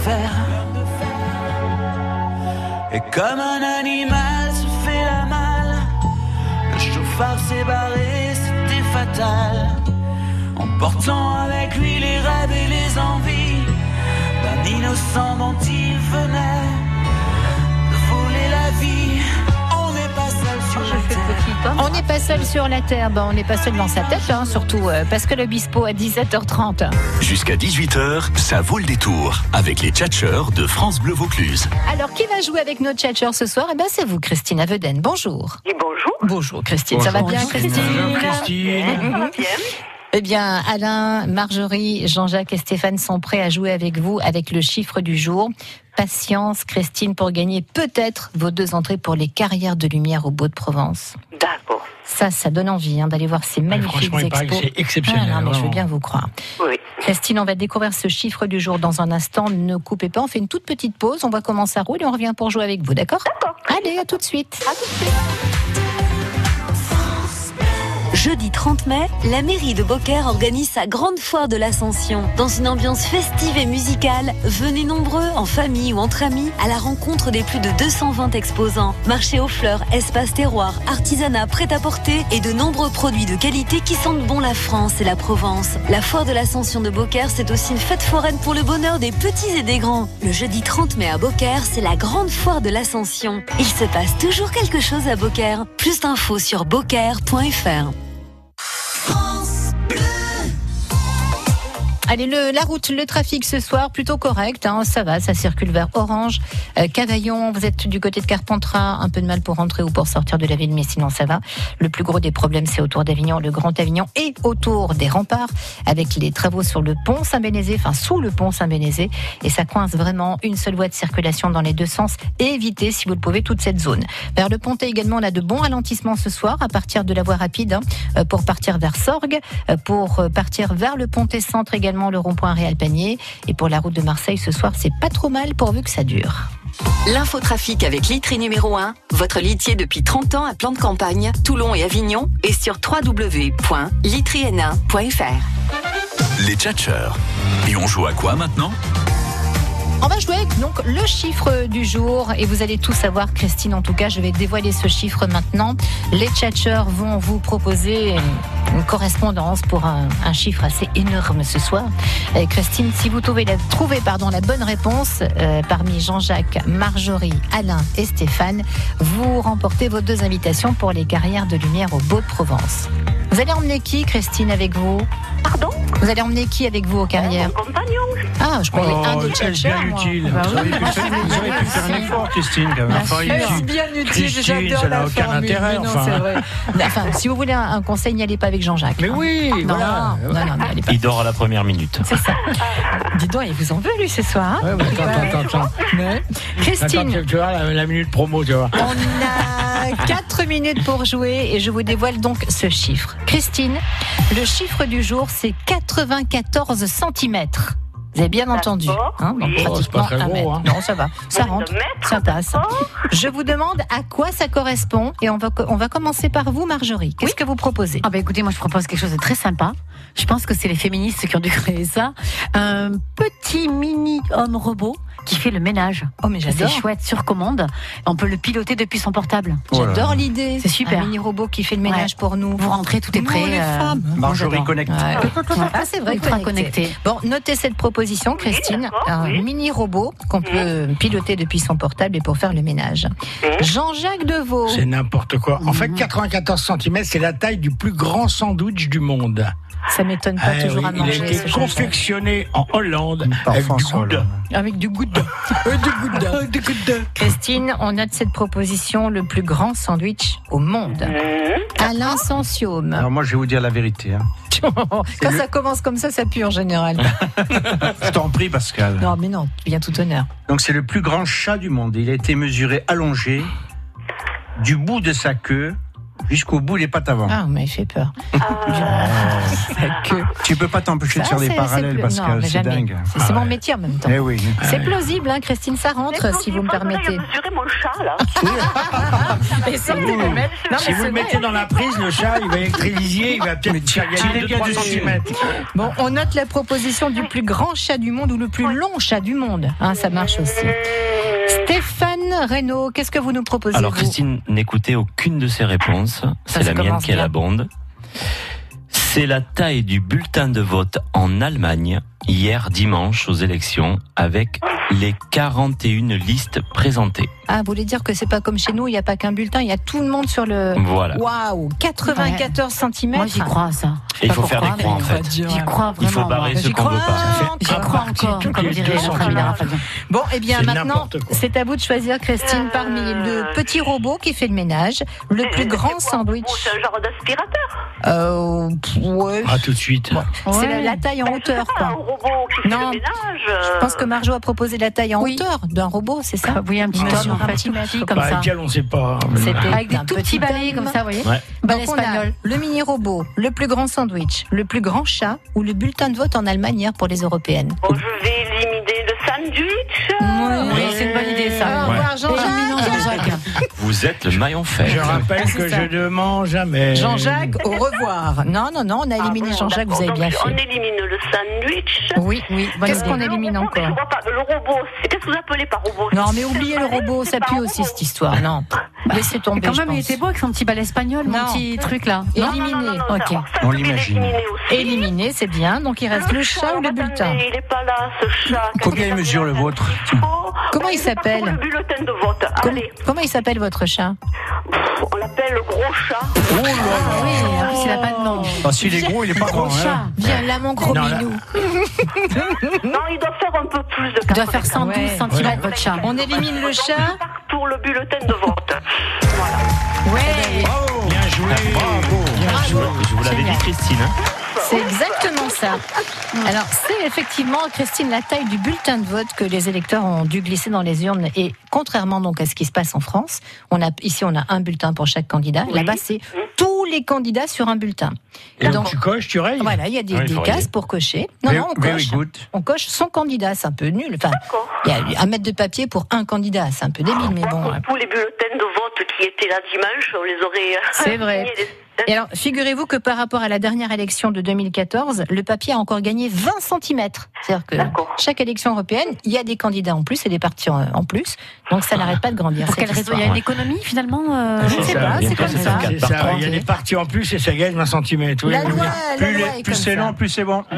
fer. Et comme un animal se fait la malle, le chauffard s'est barré, c'était fatal. Emportant avec lui les rêves et les envies d'un innocent dont il venait de voler la vie. On n'est pas seul sur la terre. On n'est pas seul sur la terre, on n'est pas seul dans sa tête, surtout Pascal Obispo à 17h30. Jusqu'à 18h, ça vaut le détour avec les tchatcheurs de France Bleu Vaucluse. Alors, qui va jouer avec nos tchatcheurs ce soir ? C'est vous, Christine Aveden. Bonjour. Et bonjour. Bonjour, Christine. Bonjour. Ça va bien, Christine ? Bonjour, Christine. Ça va bien. Eh bien, Alain, Marjorie, Jean-Jacques et Stéphane sont prêts à jouer avec vous avec le chiffre du jour. Patience, Christine, pour gagner peut-être vos 2 entrées pour les Carrières de Lumière au Beau de Provence. D'accord. Ça donne envie d'aller voir ces magnifiques expos. C'est exceptionnel. Mais je veux bien vous croire. Oui. Christine, on va découvrir ce chiffre du jour dans un instant. Ne coupez pas, on fait une toute petite pause. On va commencer à rouler et on revient pour jouer avec vous, d'accord ? D'accord. Allez, à tout de suite. À tout de suite. Jeudi 30 mai, la mairie de Beaucaire organise sa grande foire de l'Ascension. Dans une ambiance festive et musicale, venez nombreux, en famille ou entre amis, à la rencontre des plus de 220 exposants. Marché aux fleurs, espace terroir, artisanat, prêt-à-porter et de nombreux produits de qualité qui sentent bon la France et la Provence. La foire de l'Ascension de Beaucaire, c'est aussi une fête foraine pour le bonheur des petits et des grands. Le jeudi 30 mai à Beaucaire, c'est la grande foire de l'Ascension. Il se passe toujours quelque chose à Beaucaire. Plus d'infos sur beaucaire.fr. Allez, la route, le trafic ce soir, plutôt correct, ça va, ça circule vers Orange. Cavaillon, vous êtes du côté de Carpentras, un peu de mal pour rentrer ou pour sortir de la ville, mais sinon ça va. Le plus gros des problèmes, c'est autour d'Avignon, le Grand Avignon et autour des remparts, avec les travaux sur le pont Saint-Bénézé, sous le pont Saint-Bénézé, et ça coince vraiment. Une seule voie de circulation dans les 2 sens, et évitez, si vous le pouvez, toute cette zone. Vers le Pontet également, on a de bons ralentissements ce soir, à partir de la voie rapide, pour partir vers Sorgues, pour partir vers le Pontet Centre également, le rond-point Réal Panier, et pour la route de Marseille ce soir, c'est pas trop mal pourvu que ça dure. L'infotrafic avec Litry numéro 1, votre litier depuis 30 ans à plan de campagne, Toulon et Avignon, et sur www.litryna.fr. Les tchatcheurs. Et on joue à quoi maintenant ? On va jouer avec donc le chiffre du jour et vous allez tout savoir, Christine. En tout cas, je vais dévoiler ce chiffre maintenant. Les tchatcheurs vont vous proposer une correspondance pour un chiffre assez énorme ce soir. Christine, si vous trouvez la bonne réponse parmi Jean-Jacques, Marjorie, Alain et Stéphane, vous remportez vos 2 invitations pour les Carrières de Lumière au Beau de Provence. Vous allez emmener qui, Christine, avec vous ? Pardon ? Vous allez emmener qui avec vous aux Carrières ? Mon compagnon. Ah, je croyais un des tchatcheurs. C'est bien utile. Vous auriez pu faire un effort, Christine, quand même. C'est bien utile, Christine, ça n'a aucun intérêt. C'est vrai. Si vous voulez un conseil, n'y allez pas avec Jean-Jacques. Mais oui, voilà. Non, n'y allez pas. Il dort à la première minute. C'est ça. Dis donc, il vous en veut, lui, ce soir. Ouais, attends. Christine. Attends, tu vois, la minute promo, tu vois. On a 4 minutes pour jouer et je vous dévoile donc ce chiffre. Christine, le chiffre du jour, c'est 94 cm. Vous avez bien entendu, donc c'est pas très gros, Non, ça va, ça rentre, ça passe. Je vous demande à quoi ça correspond et on va commencer par vous, Marjorie. Qu'est-ce que vous proposez ? Écoutez, moi je propose quelque chose de très sympa. Je pense que c'est les féministes qui ont dû créer ça. Un petit mini homme robot qui fait le ménage. Oh, mais j'adore. C'est chouette, sur commande. On peut le piloter depuis son portable. J'adore l'idée. C'est super. Un mini robot qui fait le ménage pour nous. Vous rentrez, tout est prêt. Les femmes. Marjorie connectée. C'est vrai, ultra connecté. Bon, notez cette proposition, Christine. Un mini robot qu'on peut piloter depuis son portable et pour faire le ménage. Jean-Jacques Deveau. C'est n'importe quoi. En fait, 94 cm, c'est la taille du plus grand sandwich du monde. Ça m'étonne pas toujours à manger. Il a été confectionné en Hollande avec du gouda. Du gouda. Christine, on note cette proposition, le plus grand sandwich au monde. Alain Sensium. Alors moi, je vais vous dire la vérité. Quand ça commence comme ça pue en général. Je t'en prie, Pascal. Non, mais non, bien tout honneur. Donc c'est le plus grand chat du monde. Il a été mesuré allongé du bout de sa queue Jusqu'au bout, les pattes avant. Ah, mais il fait peur. Tu peux pas t'empêcher de faire des parallèles, Pascal, c'est dingue. C'est mon métier en même temps. Eh oui. C'est plausible, hein, Christine, ça rentre, si vous me permettez. Mesurer mon chat, là. Et sortez le mettre. Si vous le mettez dans la prise, le chat, il va électriser, il va peut-être tirer 2-3 cm. Bon, on note la proposition du plus grand chat du monde ou le plus long chat du monde. Hein, ça marche aussi. Stéphane Reynaud, qu'est-ce que vous nous proposez? Alors Christine, n'écoutez aucune de ces réponses. C'est la mienne qui est la bonde. C'est la taille du bulletin de vote en Allemagne hier dimanche aux élections avec les 41 listes présentées. Ah, vous voulez dire que c'est pas comme chez nous, il n'y a pas qu'un bulletin, il y a tout le monde sur le... Voilà. Waouh, 94 cm. Moi, j'y crois à ça. Et il faut faire des croix en fait. J'y crois vraiment. Il faut barrer ce qu'on veut pas. J'y crois encore, comme dirait notre ami Lara Fabian. Bon, eh bien maintenant, c'est à vous de choisir, Christine, parmi le petit robot qui fait le ménage, le plus grand sandwich. C'est un genre d'aspirateur. Ouais. Ah, tout de suite. C'est la taille en hauteur, quoi. Un robot qui fait le ménage. Je pense que Marjo a proposé la taille en hauteur d'un robot, c'est ça? Oui, un petit homme, en fait, tout petit, comme ça. Lequel, on ne sait pas. Avec des tout petits balais comme ça, vous voyez. Donc on a le mini-robot, le plus grand sandwich, le plus grand chat ou le bulletin de vote en Allemagne hier pour les européennes. Bon, je vais éliminer le sandwich. Oui, c'est une bonne idée, ça. Au revoir, Jean-Jacques. Vous êtes le maillon faible. Je rappelle que je ne mens jamais. Jean-Jacques, au revoir. Non, on a éliminé Jean-Jacques, vous avez bien fait. On élimine le sandwich. Oui. Qu'est-ce qu'on élimine encore? Je vois pas, le robot, qu'est-ce que vous appelez par robot? Non, mais oubliez le robot, ça pue aussi cette histoire. Non, laissez tomber. Quand même, il était beau avec son petit balai espagnol, mon petit truc là. Éliminé. Ok. On l'imagine. Éliminé, c'est bien. Donc il reste le chat ou le bulletin. Il est pas là, ce chat. Combien il mesure le vôtre? Comment il s'appelle? Le bulletin de vote. Allez. Comment il s'appelle votre chat? On l'appelle le gros chat. Oh là là. Oui, en plus il n'a pas de nom. Ah, s'il est gros, il est pas grand. Hein. Viens là, mon gros minou. Non, il doit faire un peu plus de 80. Il doit faire 112 cm, votre chat. On élimine le chat pour le bulletin de vote. Voilà. Ouais. Bravo. Bien joué. Bravo. Je vous l'avais dit, Christine. C'est exactement ça. Alors, c'est effectivement, Christine, la taille du bulletin de vote que les électeurs ont dû glisser dans les urnes. Et contrairement donc à ce qui se passe en France, ici on a un bulletin pour chaque candidat. Oui. Là-bas, c'est tous les candidats sur un bulletin. Et donc tu coches, tu rayes. Voilà, il y a des cases pour cocher. Non, on coche son candidat, c'est un peu nul. Enfin, il y a un mètre de papier pour un candidat, c'est un peu débile, mais bon. Tous les bulletins de vote qui étaient là dimanche, on les aurait... C'est vrai. Et alors, figurez-vous que par rapport à la dernière élection de 2014, le papier a encore gagné 20 cm. C'est-à-dire que chaque élection européenne, il y a des candidats en plus et des partis en plus. Donc ça n'arrête pas de grandir. Pour quelle raison? Il y a une économie finalement Je ne sais pas, c'est comme ça. Il y a des partis en plus et ça gagne 20 cm. Oui, la loi plus c'est long, plus c'est bon.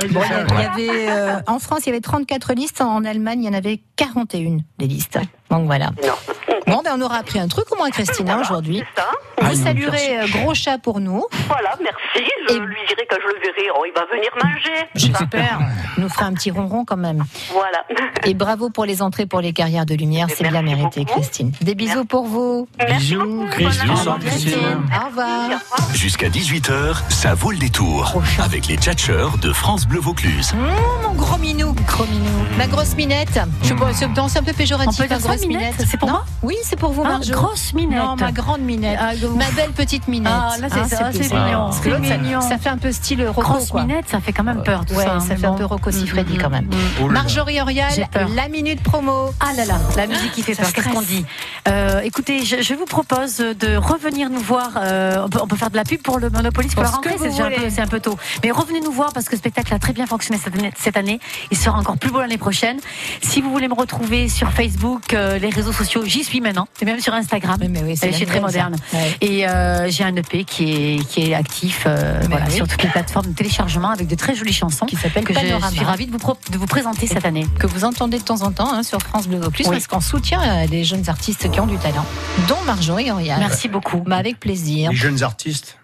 En France, il y avait 34 listes. En Allemagne, il y en avait 41 des listes. Donc voilà. Bon, on aura appris un truc au moins, Christina, aujourd'hui. Vous saluerez Gros Chat pour nous. Voilà, merci. Je lui dirai quand je le verrai. Oh, il va venir manger. J'espère. Il nous fera un petit ronron quand même. Voilà. Et bravo pour les entrées pour les carrières de lumière. C'est bien mérité, beaucoup. Christine. Des bisous pour vous. Bisous, Christine. Au revoir. Jusqu'à 18h, ça vaut le détour. Avec les tchatcheurs de France Bleu Vaucluse. Mon gros minou. Ma grosse minette. Je sais pas, c'est un peu péjoratif. On peut dire ça, minette? C'est pour moi? Oui, c'est pour vous, Marjo. Grosse minette. Non, ma grande minette. Ma belle petite minette. Ah, là, c'est mignon. C'est mignon. Ça fait un peu style Rocco. Grosse minette, ça fait quand même peur, tout ça. Ça fait un peu Rocco Siffredi quand même. Marjorie Orial, la minute promo. Ah là là, la musique qui fait peur. Qu'est-ce qu'on dit? Écoutez, je vous propose de revenir nous voir. On peut faire de la pub pour le Monopolis pour la rentrée, c'est un peu tôt. Mais revenez nous voir parce que le spectacle a très bien fonctionné cette année. Il sera encore plus beau l'année prochaine. Si vous voulez me retrouver sur Facebook, les réseaux sociaux, j'y suis maintenant. Et même sur Instagram. Mais oui, c'est très moderne. Ouais. Et j'ai un EP qui est actif sur toutes les plateformes de téléchargement avec de très jolies chansons qui s'appelle que Panorama. Je suis ravie de vous présenter cette année. Que vous entendez de temps en temps sur France Bleu Vaucluse parce qu'on soutient les jeunes artistes qui ont du talent, dont Marjorie Orial. Merci beaucoup. Avec plaisir. Les jeunes artistes.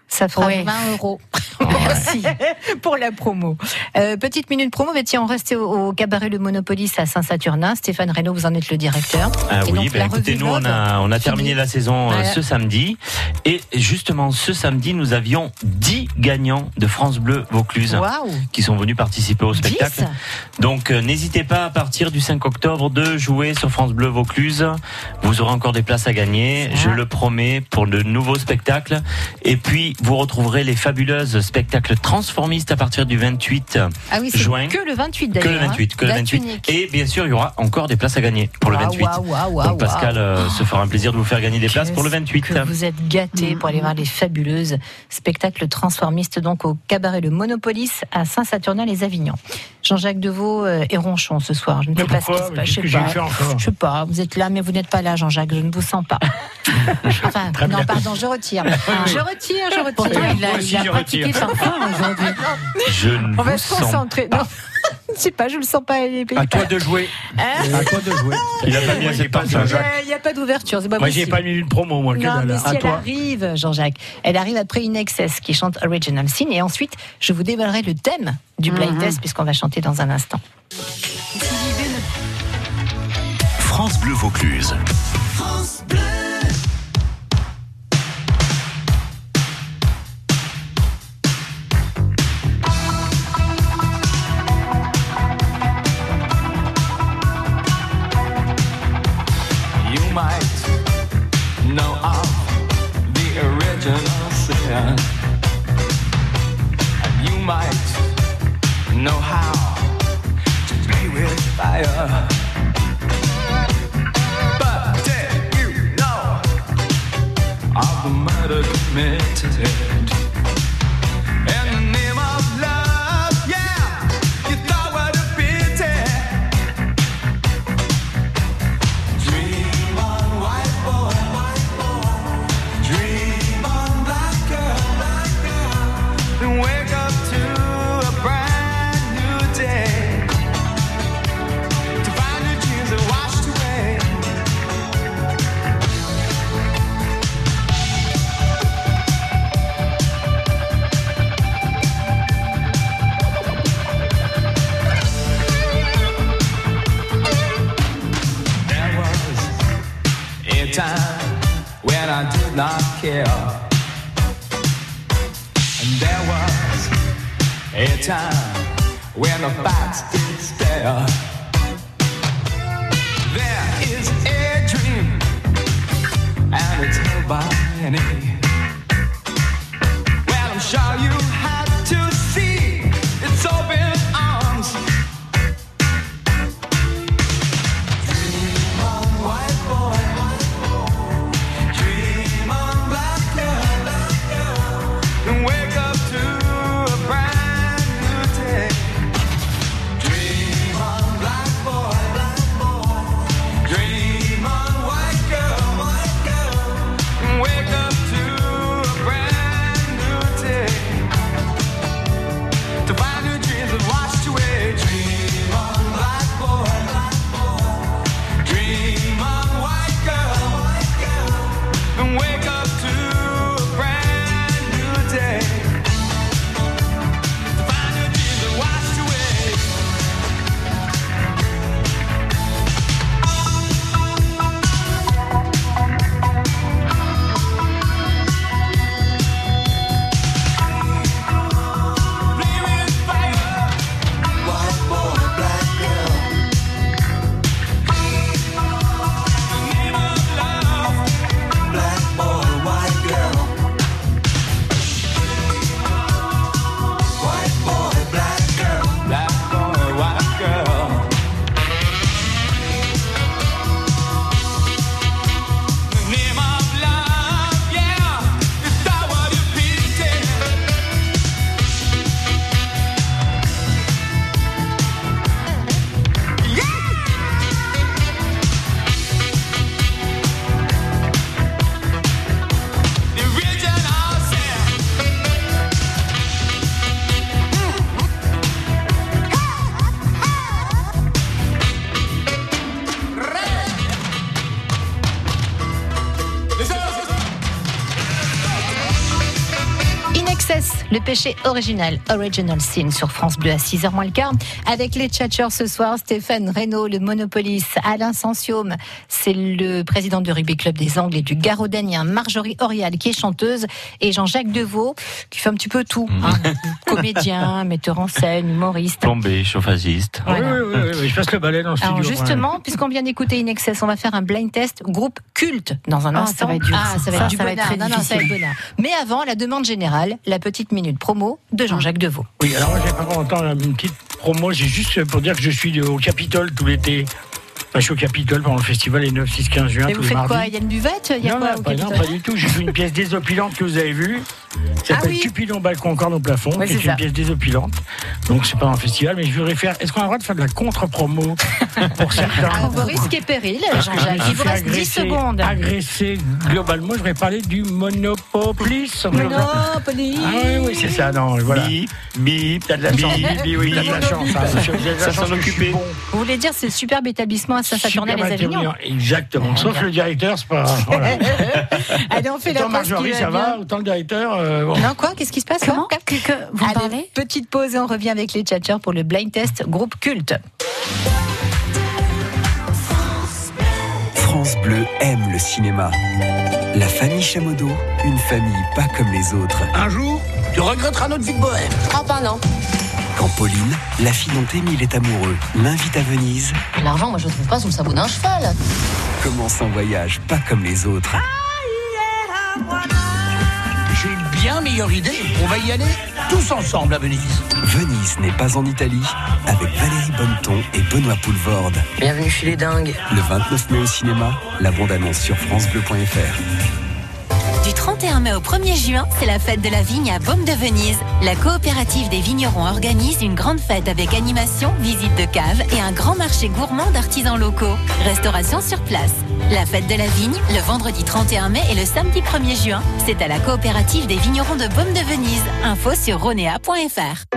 Ça fera 20 €. Merci pour la promo. Petite minute promo, mais tiens, on reste au cabaret Le Monopolis à Saint-Saturnin. Stéphane Reynaud, vous en êtes le directeur. Oui, écoutez, nous on a terminé la saison ce samedi. Et justement, ce samedi, nous avions 10 gagnants de France Bleu Vaucluse qui sont venus participer au spectacle. 10. Donc n'hésitez pas à partir du 5 octobre de jouer sur France Bleu Vaucluse. Vous aurez encore des places à gagner, je le promets, pour de nouveaux spectacles. Et puis, vous retrouverez les fabuleuses spectacles transformistes à partir du 28 juin. Que le 28 d'ailleurs. Que le 28. Et bien sûr, il y aura encore des places à gagner pour le 28. Donc Pascal se fera un plaisir de vous faire gagner des places pour le 28. Que vous êtes gâtés pour aller voir les fabuleuses spectacles transformistes donc au cabaret Le Monopolis à Saint-Saturnin-les-Avignon. Jean-Jacques Deveau est ronchon ce soir. Je ne sais pas ce qui se passe. Je sais pas. Vous êtes là, mais vous n'êtes pas là, Jean-Jacques. Je ne vous sens pas. Enfin, non, pardon, je retire. Je retire. Pourtant, il a pratiqué parfois aujourd'hui. On va se concentrer. Non. Je sais pas, je le sens pas. À toi de jouer. À toi de jouer. Il a pas mis assez de Jean-Jacques. Il n'y a pas d'ouverture. Moi, j'ai pas mis une promo, moi. Non, mais si elle arrive, Jean-Jacques. Elle arrive après une Excess qui chante Original Sin. Et ensuite, je vous dévoilerai le thème du blind test puisqu'on va chanter dans un instant. France Bleu Vaucluse. France Bleu. You might know of the original sin, and you might know how to play with fire. But did you know of the murder committed in the name of love? Yeah, you thought what a pity. Dream on, white boy. Dream on, black girl. And wake up to a brand new day, to find your dreams are washed away. There was a time when I did not care, and there was a time when the facts did stare. There is a dream, and it's held by many. Well, I'm sure you had to see its open arms. Dream on, white boy. Dream on, black girl. And wake up to a brand new day. Dream on, black boy. Dream on, white girl. And wake up to Le péché original, Original Sin, sur France Bleu à 6h moins le quart. Avec les tchatcheurs ce soir, Stéphane Reynaud, le Monopolis, Alain Sanciaume, c'est le président du Rugby Club des Angles et du Garaudagnin, Marjorie Orial, qui est chanteuse, et Jean-Jacques Deveau, qui fait un petit peu tout. Comédien, metteur en scène, humoriste. Plombier, chauffagiste. Voilà. Oui, je passe le balai dans le studio. Alors justement, puisqu'on vient d'écouter In Excess, on va faire un blind test groupe culte dans un instant. Ça va être dur. Ça va être du ça va être bonheur. très Non, difficile. ça va être bonheur. Mais avant, la demande générale, la petite minute promo de Jean-Jacques Deveau. Oui, alors moi, j'ai pas longtemps une petite promo. J'ai juste pour dire que je suis au Capitole tout l'été. Enfin, je suis au Capitole pendant le festival les 9, 6, 15 juin. Et tous vous les faites mardis. quoi? Il y a une buvette? Il y a quoi au Capitole? Non, pas du tout. J'ai fait une pièce désopilante que vous avez vue. Ça s'appelle Cupidon balcon corne au plafond. Ouais, c'est c'est ça. une pièce désopilante. Donc c'est pas un festival, mais je voudrais faire. Est-ce qu'on a le droit de faire de la contre-promo pour certains? À vos risques et périls, Jean-Jacques. Il vous reste 10 secondes. Agressé globalement, je voudrais parler du Monopolis. Monopoly. Ah oui, c'est ça. Non, voilà. Bip, t'as de la chance. Oui, t'as de la chance. Ça s'en occuper. Vous voulez dire c'est le superbe établissement à Saint-Saturnin-les-Avignon? Exactement. Sauf le directeur, c'est pas. Voilà. Allez, on fait la Autant pause. Marjorie, qui ça bien. va. Autant le directeur. Bon. Non, quoi? Qu'est-ce qui se passe? Comment? Vous Allez, parlez? petite pause et on revient avec les tchatcheurs pour le blind test groupe culte. France Bleu aime le cinéma. La famille Chamodo, une famille pas comme les autres. Un jour, tu regretteras notre vie de bohème. Oh, ben non. Quand Pauline, la fille dont Émile est amoureux, l'invite à Venise, L'argent, moi, je le trouve pas sous le sabot d'un cheval. commence un voyage pas comme les autres. J'ai une bien meilleure idée. On va y aller tous ensemble à Venise. Venise n'est pas en Italie, avec Valérie Bonneton et Benoît Poulvorde. Bienvenue chez les dingues. Le 29 mai au cinéma, la bande-annonce sur francebleu.fr. Du 31 mai au 1er juin, c'est la fête de la vigne à Baume de Venise. La coopérative des vignerons organise une grande fête avec animation, visite de cave et un grand marché gourmand d'artisans locaux. Restauration sur place. La fête de la vigne, le vendredi 31 mai et le samedi 1er juin, c'est à la coopérative des vignerons de Baume de Venise. Info sur ronea.fr.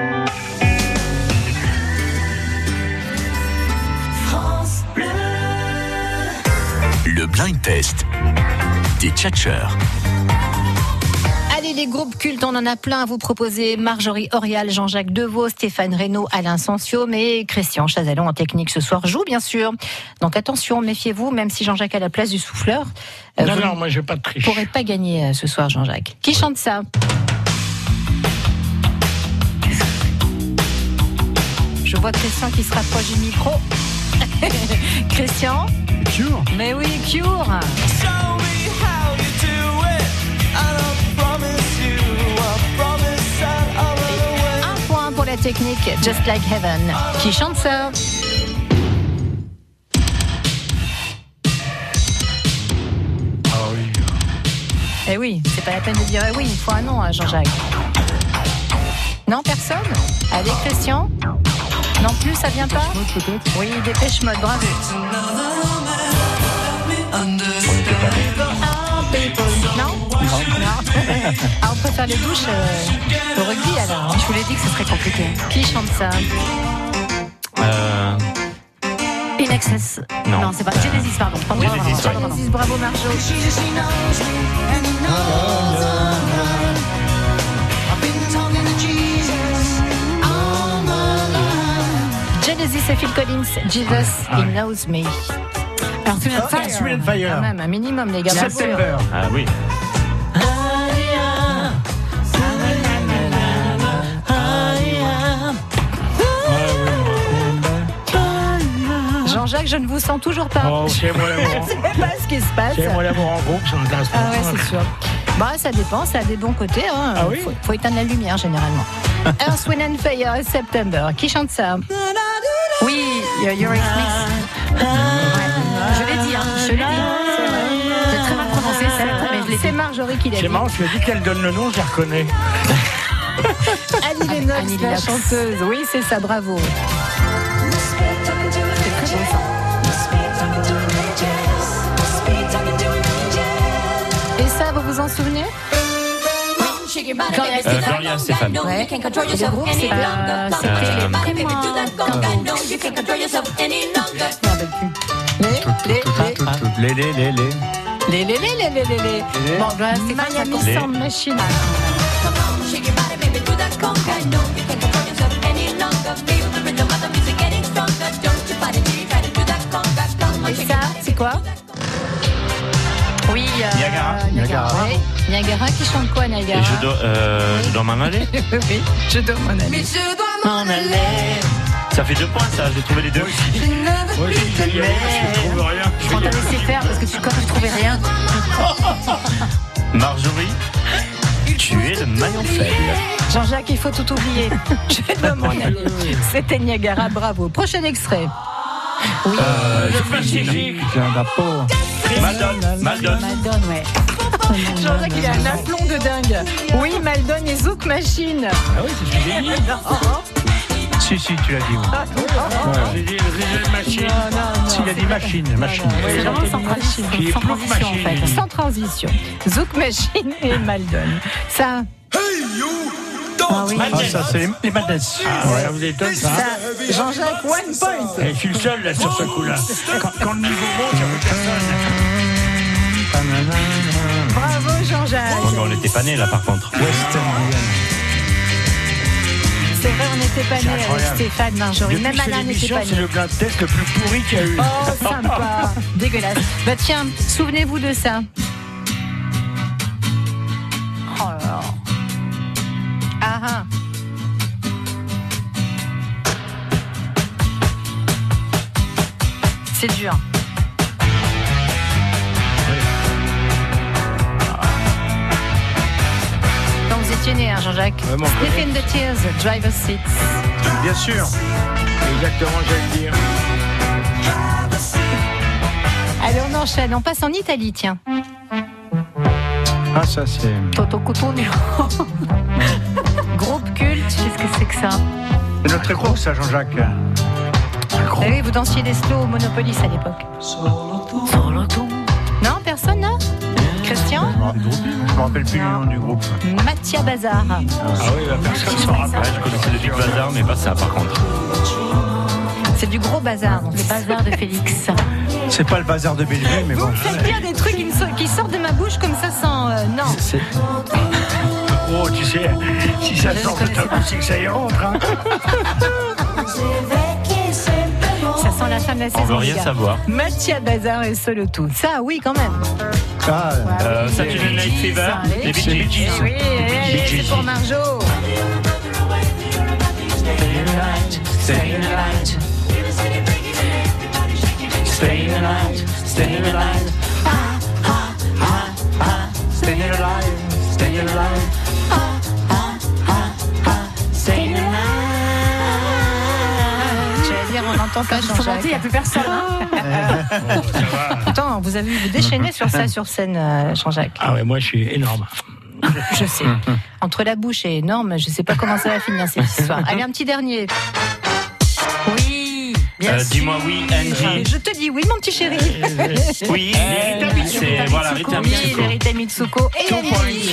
Le blind test des tchatcheurs. Allez, les groupes cultes, on en a plein à vous proposer. Marjorie Orial, Jean-Jacques Deveau, Stéphane Reynaud, Alain Sanciaume et Christian Chazalon en technique ce soir joue, bien sûr. Donc attention, méfiez-vous, même si Jean-Jacques a la place du souffleur. Non, moi je vais pas de triche. Vous ne pourrez pas gagner ce soir, Jean-Jacques. Qui chante ça? Je vois Christian qui se rapproche du micro. Christian? Cure. Mais oui, Cure. Un point pour la technique, Just Like Heaven. Qui chante ça? Ah oui. Eh oui, c'est pas la peine de dire oui, il faut un nom à Jean-Jacques. Non, personne? Allez, Christian? Non plus, ça vient pas? Oui, Dépêche Mode, bravo. Non? Ah, on peut faire les douches au rugby alors. Je vous l'ai dit que ce serait compliqué. Qui chante ça? In Excess. Non, c'est pas. Genesis, pardon. Genesis, ouais. Genesis, bravo Marjo. Genesis et Phil Collins, Jesus, He Knows Me. Alors, tu viens de Earth, Wind and Fire. Quand même, un minimum, les gars. September. Ah oui. Jean-Jacques, je ne vous sens toujours pas. Oh, c'est moi l'amour. Je ne sais pas ce qui se passe. C'est moi l'amour en groupe, ça m'intéresse pas. Ah ouais, c'est sûr. Bah, ça dépend, ça a des bons côtés. Hein. Ah oui? Faut éteindre la lumière, généralement. Earth, Wind and Fire, September. Qui chante ça? Oui, Eurythmics. Je l'ai dit, hein. Je l'ai dit. J'ai très mal prononcé, mais je l'ai C'est dit. Marjorie qui l'a dit. C'est marrant, je me dis qu'elle donne le nom, je la reconnais. Annie Lennox, Annie la Lennox. chanteuse. Oui, c'est ça, bravo. C'est très beau, ça. Et ça, vous vous en souvenez? Gloria Stéphane. Ouais. Et le groupe, c'était les. Bon, Gloria Stéphane, Miami Sound Machine. Et ça, c'est quoi? Oui, Niagara. Oui. Niagara qui chante quoi, Niagara? Et je dois m'en aller. Oui, je dois m'en aller. Mais je dois m'en aller. Ça fait 2 points, ça, j'ai trouvé les deux. Moi aussi, je vais y aller parce que je trouve rien. Quand t'as laissé faire, parce que quand tu trouvais rien. Marjorie, tu es le maillon faible. Jean-Jacques, il faut tout oublier. Je dois m'en aller. C'était Niagara, bravo. Prochain extrait. Oui. Le Pacifique. J'ai un drapeau. Maldon. Maldon, ouais. Jean-Jacques, il a un aplomb de dingue. Oui, Maldon et Zouk Machine. Ah oui, c'est ce que j'ai dit. Si, tu l'as dit. Oui. J'ai dit le machine. Si, il a dit machine. C'est vraiment sans transition. Qui est Sans plouf transition, en machine. fait. Sans transition. Zouk Machine et Maldon. Ça. Ah oui. Ah, ça, c'est les Madness. Ah ouais, ça vous étonne ça. Ça, Jean-Jacques, 1 point. Et je suis le seul là sur ce coup-là. Quand le niveau monte, il n'y a plus personne. Bravo, Jean-Jacques. Bon, on n'était pas nés là par contre. C'est vrai, on n'était pas nés avec Stéphane, Marjorie. Depuis Même cette Alain n'était émission, pas c'est né. le blind test le plus pourri qu'il y a eu. Oh, sympa. Dégueulasse. Bah tiens, souvenez-vous de ça. Oh là là. Ah ah. C'est dur. Quand vous étiez né, hein, Jean-Jacques. Ouais, mon Sniff in the Tears, Driver's Seat. Bien sûr. Exactement, j'allais le dire. Allez, on enchaîne. On passe en Italie, tiens. Ah, ça, c'est. Toto Cutugno. Groupe culte. Qu'est-ce que c'est que ça? C'est notre groupe, ça, Jean-Jacques. Ah oui, vous dansiez des slow au Monopolis à l'époque. Non, personne là? Christian? Je me rappelle plus du nom du groupe. Mattia Bazar. Ah oui, bah, personne s'en rappelle. Ouais, je connaissais le Big Bazar, mais pas ça par contre. C'est du gros bazar. Le bazar de Félix. C'est pas le bazar de Bellevue, mais Vous bon. me faites bien des trucs qui sortent de ma bouche comme ça sans... non. C'est- Oh, tu sais, si ça sort de ta bouche, c'est que ça y rentre. Hein. Ça sent la fin de la saison. On veut les rien gars. savoir. Mattia Bazar et Solo Tout. Ça, oui, quand même. Ah, Saturday Night Fever, les Bee Gees. Oui, c'est pour Marjo. J'allais dire, on n'entend pas Faut monter, il Jean-Jacques. n'y a plus personne. Hein. Attends, vous avez vu vous déchaîner sur ça sur scène, Jean-Jacques. Ah ouais, moi je suis énorme. Je sais. Entre la bouche et énorme, je sais pas comment ça va finir cette histoire. Allez, un petit dernier. Oui, bien sûr. Dis-moi oui, Angie. Je te dis oui, mon petit chéri. Oui, c'est voilà, Rita Oui, Mitsuko. Rita Mitsuko et Andy.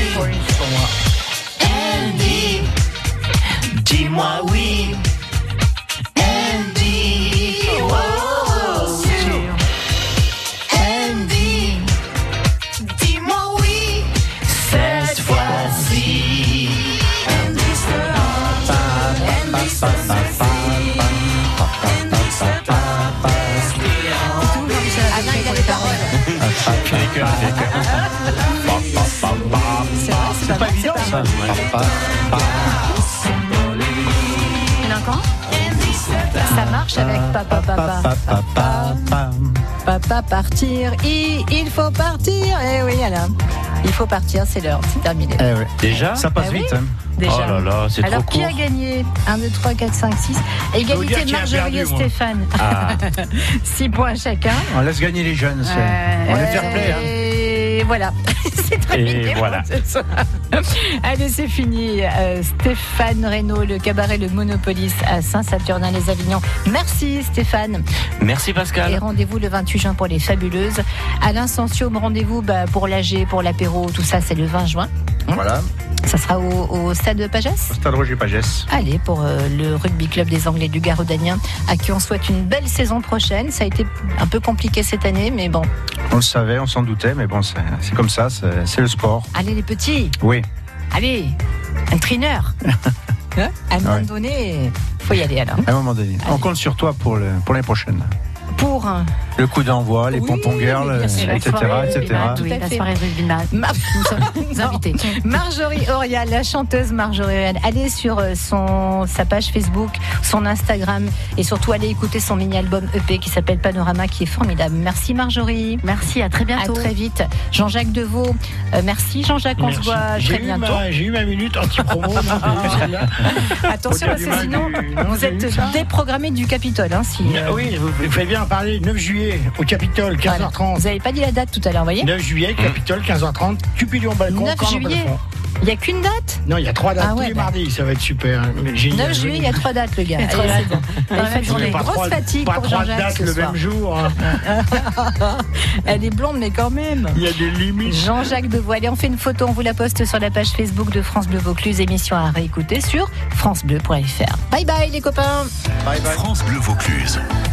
Andy, dis-moi oui. Andy, oh, Andy, dis-moi oui. Cette fois-ci. Andy sera, Andy sera. Ah non, il a les paroles. c'est pas évident, ça. Il y en a encore? Ça marche avec papa, papa partir, il faut partir. Eh oui, Alain, il faut partir, c'est l'heure, c'est terminé. Eh ouais. Déjà? Ça passe Eh oui. vite. Hein. Déjà. Oh là là, c'est trop Alors, qui court. a gagné 1, 2, 3, 4, 5, 6. Égalité vous dire qui a Marjorie perdu, et moi. Stéphane. Ah. 6 points chacun. On laisse gagner les jeunes. On est fair play. Hein. Et voilà. C'est terminé. Et voilà. pour ce soir. Allez, c'est fini. Stéphane Reynaud, le cabaret Le Monopolis à Saint-Saturnin-les-Avignon. Merci Stéphane. Merci Et Pascal. rendez-vous le 28 juin pour les Fabuleuses. Alain Sensium, rendez-vous pour l'AG, pour l'apéro, tout ça, c'est le 20 juin. Voilà. Ça sera au stade de Pagès. Stade Roger Pagès. Allez, pour le rugby club des Anglais du Garaudagnin, à qui on souhaite une belle saison prochaine. Ça a été un peu compliqué cette année, mais bon. On le savait, on s'en doutait, mais bon, c'est comme ça, c'est le sport. Allez les petits, Oui. allez. Un trineur. À un moment donné, il faut y aller alors. À un moment donné. On compte sur toi pour l'année prochaine. Pour le coup d'envoi, les pompons girls, etc. La soirée rugby nous sommes invités. Marjorie Orial, la chanteuse Marjorie Orial, allez sur sa page Facebook, son Instagram et surtout allez écouter son mini-album EP qui s'appelle Panorama qui est formidable. Merci Marjorie. Merci, à très bientôt. À très vite. Jean-Jacques Deveau, merci Jean-Jacques, on se voit très bientôt. J'ai eu ma minute anti-promo. Attention parce que sinon vous êtes déprogrammé du Capitole. Oui, vous faites bien parler 9 juillet au Capitole, 15h30. Voilà. Vous n'avez pas dit la date tout à l'heure, vous voyez 9 juillet, Capitole, 15h30, Cupidon Balcon. 9 juillet il n'y a qu'une date? Non, il y a 3 dates tous les mardis, ça va être super. 9 juillet, il y a 3 dates, le gars. Allez, c'est bon. Il fait grosse fatigue pour Jean-Jacques. Pas 3 dates le même jour. Elle est blonde, mais quand même. Il y a des limites. Jean-Jacques Deveau. Allez, on fait une photo, on vous la poste sur la page Facebook de France Bleu Vaucluse. Émission à réécouter sur francebleu.fr. Bye bye, les copains. Bye bye. France Bleu Vaucluse.